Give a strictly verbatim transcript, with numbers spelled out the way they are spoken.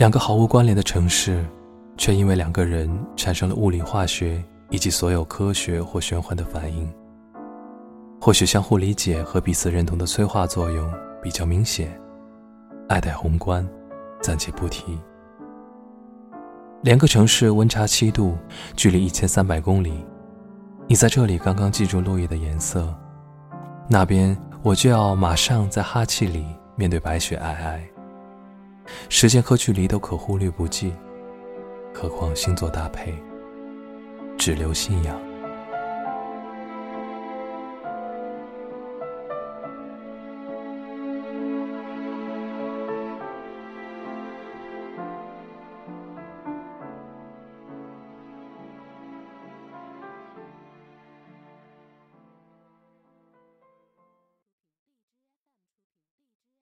两个毫无关联的城市，却因为两个人产生了物理化学以及所有科学或玄幻的反应。或许相互理解和彼此认同的催化作用比较明显，爱戴宏观，暂且不提。两个城市温差七度，距离一千三百公里。你在这里刚刚记住落叶的颜色，那边我就要马上在哈气里面对白雪皑皑。时间和距离都可忽略不计，何况星座搭配，只留信仰。